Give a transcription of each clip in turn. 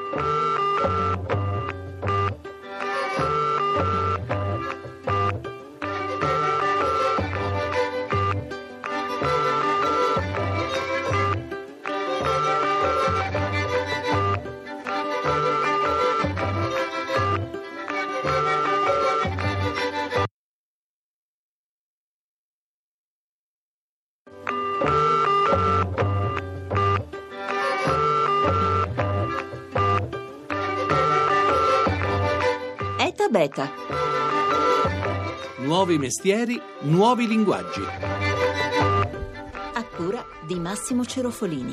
ETA Beta. Nuovi mestieri, nuovi linguaggi. A cura di Massimo Cerofolini.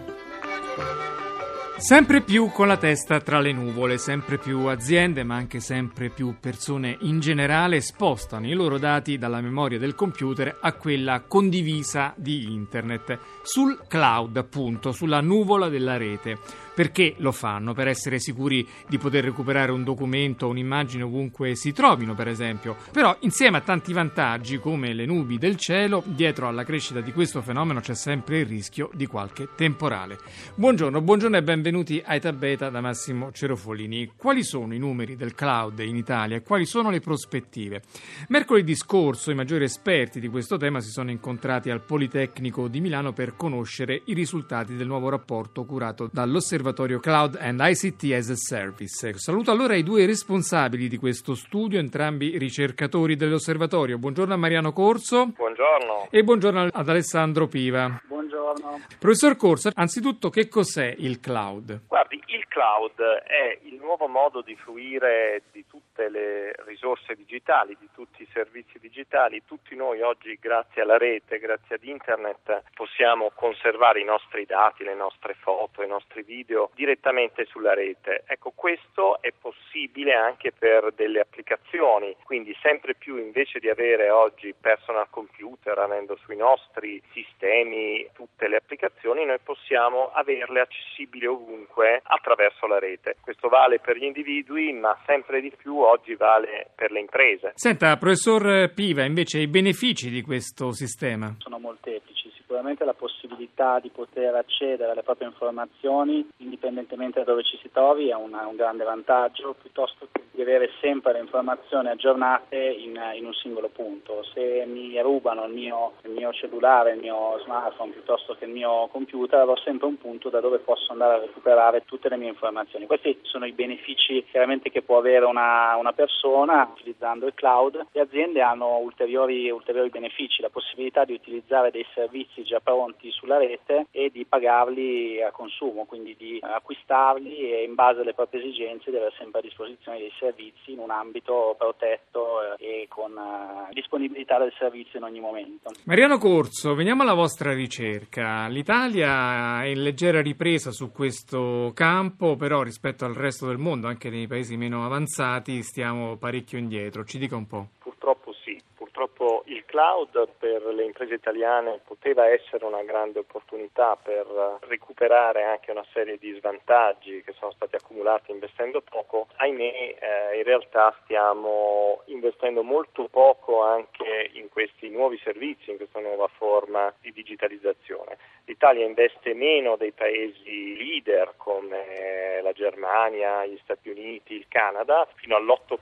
Sempre più con la testa tra le nuvole, sempre più aziende, ma anche sempre più persone in generale spostano i loro dati dalla memoria del computer a quella condivisa di internet, sul cloud, appunto, sulla nuvola della rete. Perché lo fanno? Per essere sicuri di poter recuperare un documento o un'immagine ovunque si trovino, per esempio. Però, insieme a tanti vantaggi, come le nubi del cielo, dietro alla crescita di questo fenomeno c'è sempre il rischio di qualche temporale. Buongiorno e benvenuti a ETA Beta da Massimo Cerofolini. Quali sono i numeri del cloud in Italia e quali sono le prospettive? Mercoledì scorso i maggiori esperti di questo tema si sono incontrati al Politecnico di Milano per conoscere i risultati del nuovo rapporto curato dall'Osservatorio Cloud and ICT as a Service. Saluto allora i due responsabili di questo studio, entrambi ricercatori dell'osservatorio. Buongiorno a Mariano Corso. Buongiorno. E buongiorno ad Alessandro Piva. Buongiorno. Professor Corso, anzitutto che cos'è il cloud? Guardi, il cloud è il nuovo modo di fruire di tutte le risorse digitali, di tutti i servizi digitali. Tutti noi oggi, grazie alla rete, grazie ad internet, possiamo conservare i nostri dati, le nostre foto, i nostri video direttamente sulla rete. Ecco, questo è possibile anche per delle applicazioni, quindi sempre più, invece di avere oggi personal computer, avendo sui nostri sistemi tutte le applicazioni, noi possiamo averle accessibili ovunque attraverso la rete. Questo vale per gli individui, ma sempre di più oggi vale per le imprese. Senta, professor Piva, invece i benefici di questo sistema? Sono molteplici. Sicuramente la possibilità di poter accedere alle proprie informazioni indipendentemente da dove ci si trovi è un grande vantaggio, piuttosto che di avere sempre le informazioni aggiornate in un singolo punto. Se mi rubano il mio cellulare, il mio smartphone piuttosto che il mio computer, avrò sempre un punto da dove posso andare a recuperare tutte le mie informazioni. Questi sono i benefici chiaramente che può avere una persona utilizzando il cloud. Le aziende hanno ulteriori benefici, la possibilità di utilizzare dei servizi già pronti sulla rete e di pagarli a consumo, quindi di acquistarli e in base alle proprie esigenze di avere sempre a disposizione dei servizi in un ambito protetto e con disponibilità del servizio in ogni momento. Mariano Corso, veniamo alla vostra ricerca. L'Italia è in leggera ripresa su questo campo, però rispetto al resto del mondo, anche nei paesi meno avanzati, stiamo parecchio indietro. Ci dica un po'. Purtroppo sì. Purtroppo il cloud per le imprese italiane poteva essere una grande opportunità per recuperare anche una serie di svantaggi che sono stati accumulati investendo poco. Ahimè, in realtà stiamo investendo molto poco anche in questi nuovi servizi, in questa nuova forma di digitalizzazione. L'Italia investe meno dei paesi leader come la Germania, gli Stati Uniti, il Canada, fino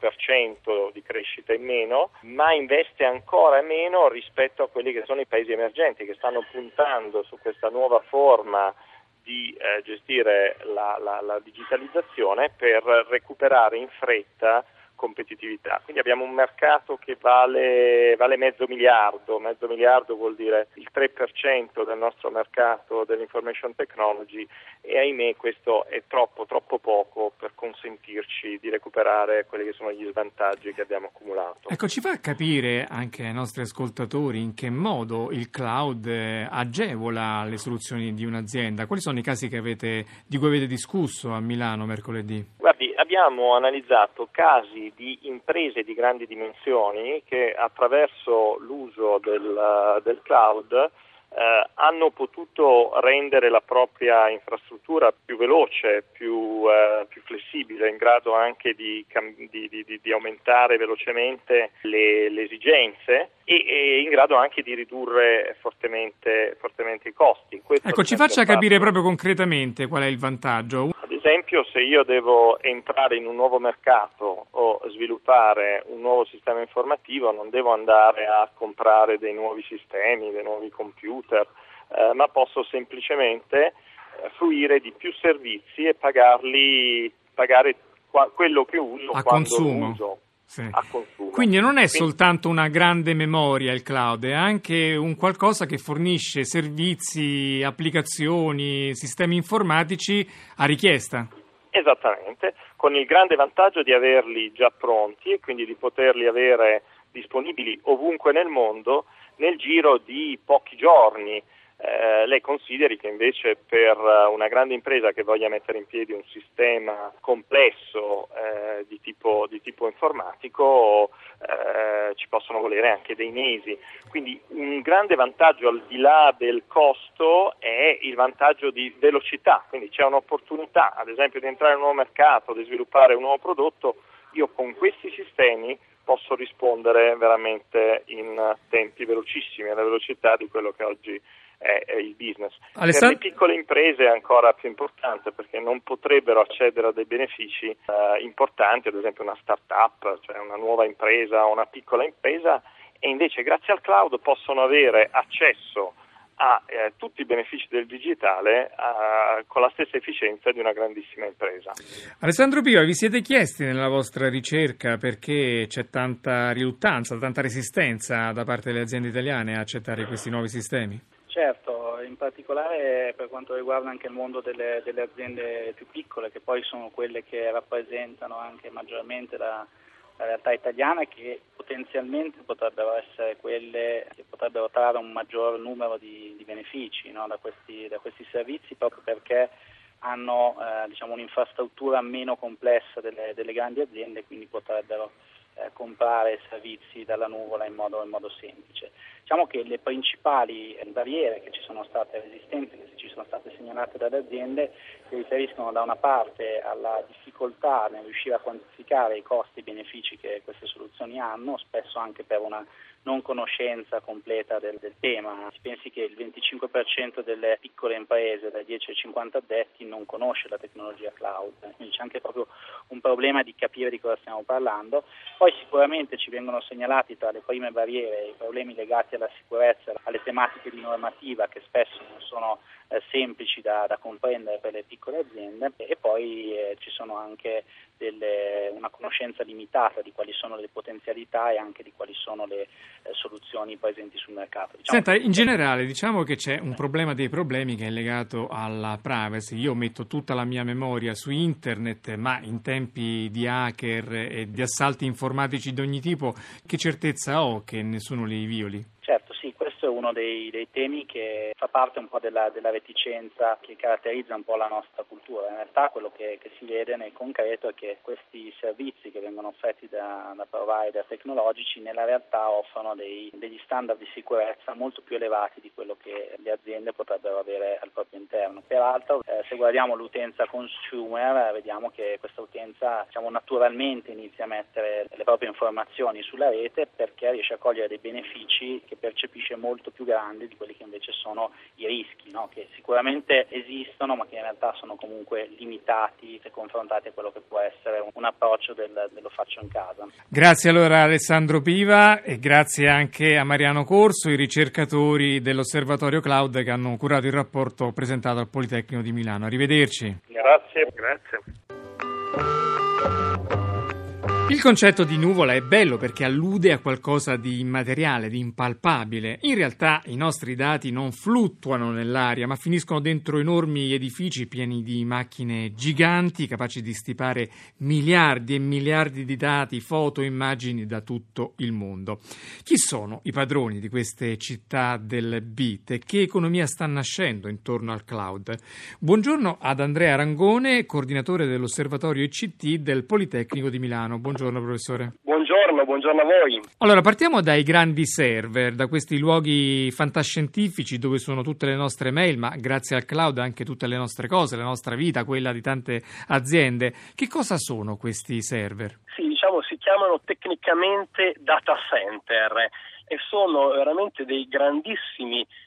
all'8% di crescita in meno, ma investe ancora meno rispetto a quelli che sono i paesi emergenti che stanno puntando su questa nuova forma di gestire la digitalizzazione per recuperare in fretta competitività. Quindi abbiamo un mercato che vale mezzo miliardo vuol dire il 3% del nostro mercato dell'information technology e ahimè questo è troppo poco per consentirci di recuperare quelli che sono gli svantaggi che abbiamo accumulato. Ecco, ci fa capire anche ai nostri ascoltatori in che modo il cloud agevola le soluzioni di un'azienda. Quali sono i casi di cui avete discusso a Milano mercoledì? Guardi, abbiamo analizzato casi di imprese di grandi dimensioni che attraverso l'uso del cloud hanno potuto rendere la propria infrastruttura più veloce, più flessibile, in grado anche di aumentare velocemente le esigenze e in grado anche di ridurre fortemente i costi. Questo ecco, ci faccia capire proprio concretamente qual è il vantaggio. Ad esempio, se io devo entrare in un nuovo mercato o sviluppare un nuovo sistema informativo, non devo andare a comprare dei nuovi sistemi, dei nuovi computer, ma posso semplicemente fruire di più servizi e pagare quello che uso a quando consumo. lo uso. Sì. A consumo. Quindi non è soltanto una grande memoria il cloud, è anche un qualcosa che fornisce servizi, applicazioni, sistemi informatici a richiesta. Esattamente, con il grande vantaggio di averli già pronti e quindi di poterli avere disponibili ovunque nel mondo nel giro di pochi giorni. Lei consideri che invece per una grande impresa che voglia mettere in piedi un sistema complesso di tipo informatico ci possono volere anche dei mesi. Quindi un grande vantaggio al di là del costo è il vantaggio di velocità, quindi c'è un'opportunità ad esempio di entrare in un nuovo mercato, di sviluppare un nuovo prodotto. Io con questi sistemi posso rispondere veramente in tempi velocissimi, alla velocità di quello che oggi è il business. Per le piccole imprese è ancora più importante perché non potrebbero accedere a dei benefici importanti, ad esempio una start-up, cioè una nuova impresa o una piccola impresa, e invece grazie al cloud possono avere accesso a tutti i benefici del digitale con la stessa efficienza di una grandissima impresa. Alessandro Piva, vi siete chiesti nella vostra ricerca perché c'è tanta riluttanza, tanta resistenza da parte delle aziende italiane a accettare questi nuovi sistemi? Certo, in particolare per quanto riguarda anche il mondo delle aziende più piccole, che poi sono quelle che rappresentano anche maggiormente la realtà italiana, che potenzialmente potrebbero essere quelle che potrebbero trarre un maggior numero di benefici, no, da questi servizi, proprio perché hanno un'infrastruttura meno complessa delle grandi aziende, quindi potrebbero comprare servizi dalla nuvola in modo semplice. Diciamo che le principali barriere che ci sono state resistenti, che ci sono state segnalate dalle aziende, si riferiscono da una parte alla difficoltà nel riuscire a quantificare i costi e i benefici che queste soluzioni hanno, spesso anche per una non conoscenza completa del tema. Si pensi che il 25% delle piccole imprese, dai 10 ai 50 addetti, non conosce la tecnologia cloud, quindi c'è anche proprio un problema di capire di cosa stiamo parlando. Poi sicuramente ci vengono segnalati tra le prime barriere i problemi legati alla sicurezza, alle tematiche di normativa che spesso non sono semplici da comprendere per le piccole aziende, e poi ci sono anche una conoscenza limitata di quali sono le potenzialità e anche di quali sono le soluzioni presenti sul mercato. Senta, in generale diciamo che c'è un problema dei problemi che è legato alla privacy. Io metto tutta la mia memoria su internet, ma in tempi di hacker e di assalti informatici di ogni tipo, che certezza ho che nessuno li violi? Certo, sì, questo è uno dei temi che fa parte un po' della reticenza che caratterizza un po' la nostra cultura. In realtà quello che si vede nel concreto è che questi servizi che vengono offerti da provider tecnologici nella realtà offrono degli standard di sicurezza molto più elevati di quello che le aziende potrebbero avere al proprio interno. Peraltro, se guardiamo l'utenza consumer, vediamo che questa utenza naturalmente inizia a mettere le proprie informazioni sulla rete perché riesce a cogliere dei benefici che percepisce molto più grandi di quelli che invece sono i rischi, no? Che sicuramente esistono ma che in realtà sono comunque limitati se confrontati a quello che può essere un approccio dello faccio in casa. Grazie allora a Alessandro Piva e grazie anche a Mariano Corso, i ricercatori dell'Osservatorio Cloud che hanno curato il rapporto presentato al Politecnico di Milano. Arrivederci. Grazie. Il concetto di nuvola è bello perché allude a qualcosa di immateriale, di impalpabile. In realtà i nostri dati non fluttuano nell'aria, ma finiscono dentro enormi edifici pieni di macchine giganti capaci di stipare miliardi e miliardi di dati, foto e immagini da tutto il mondo. Chi sono i padroni di queste città del bit e che economia sta nascendo intorno al cloud? Buongiorno ad Andrea Rangone, coordinatore dell'Osservatorio ICT del Politecnico di Milano. Buongiorno professore. Buongiorno a voi. Allora, partiamo dai grandi server, da questi luoghi fantascientifici dove sono tutte le nostre mail, ma grazie al cloud anche tutte le nostre cose, la nostra vita, quella di tante aziende. Che cosa sono questi server? Sì, si chiamano tecnicamente data center e sono veramente dei grandissimi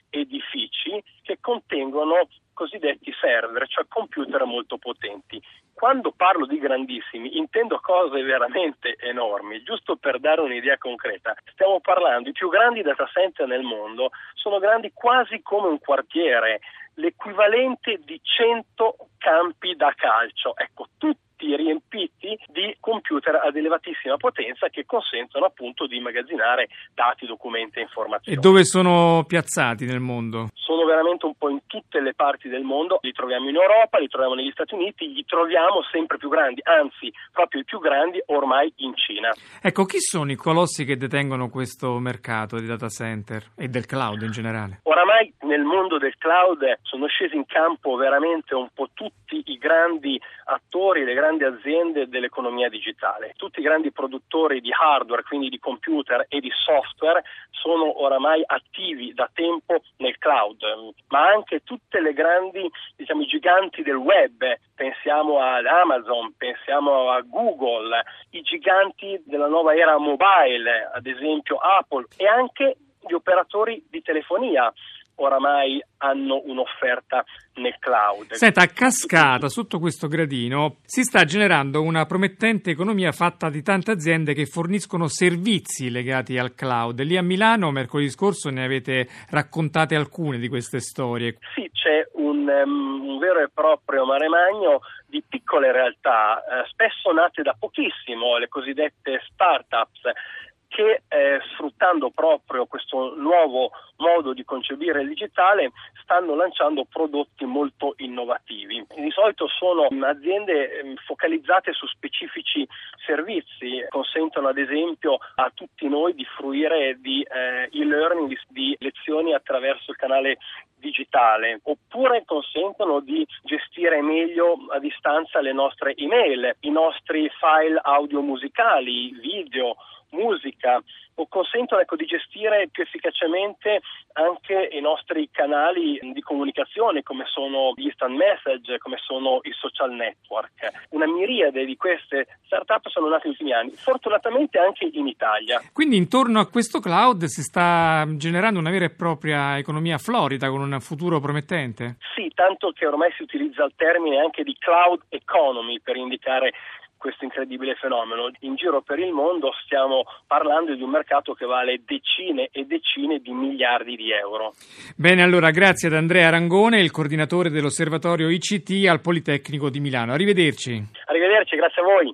edifici che contengono cosiddetti server, cioè computer molto potenti. Quando parlo di grandissimi intendo cose veramente enormi. Giusto per dare un'idea concreta, stiamo parlando, i più grandi data center nel mondo sono grandi quasi come un quartiere, l'equivalente di 100 campi da calcio, ecco, tutti riempiti di computer ad elevatissima potenza che consentono appunto di immagazzinare dati, documenti e informazioni. E dove sono piazzati nel mondo? Sono veramente un po' in tutte le parti del mondo, li troviamo in Europa, li troviamo negli Stati Uniti, li troviamo sempre più grandi, anzi proprio i più grandi ormai in Cina. Ecco, chi sono i colossi che detengono questo mercato di data center e del cloud in generale? Oramai nel mondo del cloud sono scesi in campo veramente un po' tutti i grandi attori, le grandi aziende dell'economia digitale. Tutti i grandi produttori di hardware, quindi di computer e di software, sono oramai attivi da tempo nel cloud, ma anche tutte le grandi, i giganti del web, pensiamo ad Amazon, pensiamo a Google, i giganti della nuova era mobile, ad esempio Apple, e anche gli operatori di telefonia oramai hanno un'offerta nel cloud. Senta, a cascata, sotto questo gradino, si sta generando una promettente economia fatta di tante aziende che forniscono servizi legati al cloud. Lì a Milano, mercoledì scorso, ne avete raccontate alcune di queste storie. Sì, c'è un vero e proprio mare magno di piccole realtà, spesso nate da pochissimo, le cosiddette startups, che sfruttando proprio questo nuovo modo di concepire il digitale stanno lanciando prodotti molto innovativi. Di solito sono aziende focalizzate su specifici servizi, consentono ad esempio a tutti noi di fruire di e-learning, di lezioni attraverso il canale digitale, oppure consentono di gestire meglio a distanza le nostre email, i nostri file audio musicali, video, musica, o consentono di gestire più efficacemente anche i nostri canali di comunicazione, come sono gli instant message, come sono i social network. Una miriade di queste startup sono nate negli ultimi anni, fortunatamente anche in Italia. Quindi intorno a questo cloud si sta generando una vera e propria economia florida con un futuro promettente? Sì, tanto che ormai si utilizza il termine anche di cloud economy per indicare questo incredibile fenomeno. In giro per il mondo stiamo parlando di un mercato che vale decine e decine di miliardi di euro. Bene, allora grazie ad Andrea Rangone, il coordinatore dell'Osservatorio ICT al Politecnico di Milano. Arrivederci. Arrivederci, grazie a voi.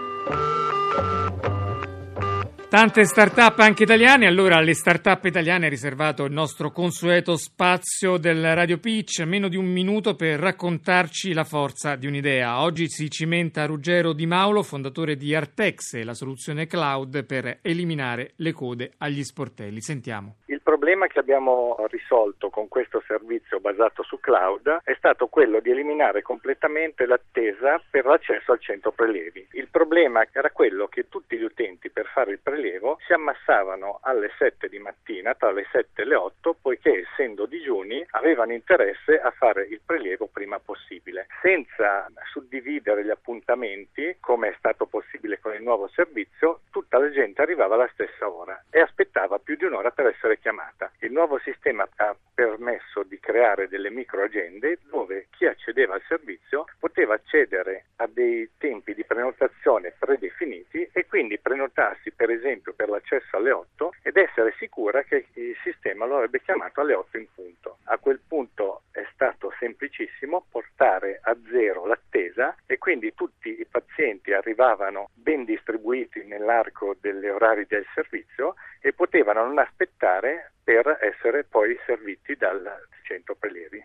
Tante start-up anche italiane, allora alle start-up italiane è riservato il nostro consueto spazio del Radio Pitch, meno di un minuto per raccontarci la forza di un'idea. Oggi si cimenta Ruggero Di Maulo, fondatore di Artex, la soluzione cloud per eliminare le code agli sportelli. Sentiamo. Il problema che abbiamo risolto con questo servizio basato su cloud è stato quello di eliminare completamente l'attesa per l'accesso al centro prelievi. Il problema era quello che tutti gli utenti per fare il prelievo si ammassavano alle 7 di mattina, tra le 7 e le 8, poiché essendo digiuni avevano interesse a fare il prelievo prima possibile. Senza suddividere gli appuntamenti, come è stato possibile con il nuovo servizio, tutta la gente arrivava alla stessa ora e aspettava più di un'ora per essere chiamata. Il nuovo sistema ha permesso di creare delle microagende dove chi accedeva al servizio poteva accedere a dei tempi di prenotazione predefiniti e quindi prenotarsi per esempio per l'accesso alle 8 ed essere sicura che il sistema lo avrebbe chiamato alle 8 in punto. A quel punto è stato semplicissimo portare a zero l'attesa e quindi tutti i pazienti arrivavano ben distribuiti nell'arco degli orari del servizio e potevano non aspettare per essere poi serviti dal centro prelievi.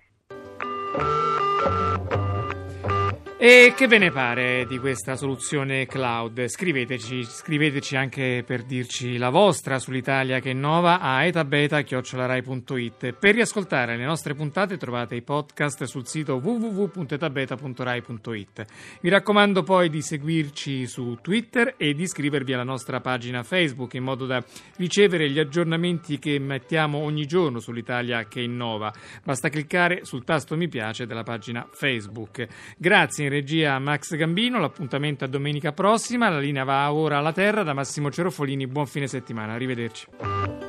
E che ve ne pare di questa soluzione cloud? Scriveteci anche per dirci la vostra sull'Italia che innova a etabeta@rai.it. Per riascoltare le nostre puntate trovate i podcast sul sito www.etabeta.rai.it. Vi raccomando poi di seguirci su Twitter e di iscrivervi alla nostra pagina Facebook in modo da ricevere gli aggiornamenti che mettiamo ogni giorno sull'Italia che innova. Basta cliccare sul tasto mi piace della pagina Facebook. Grazie in regia Max Gambino, l'appuntamento a domenica prossima, la linea va ora alla terra da Massimo Cerofolini, buon fine settimana, arrivederci.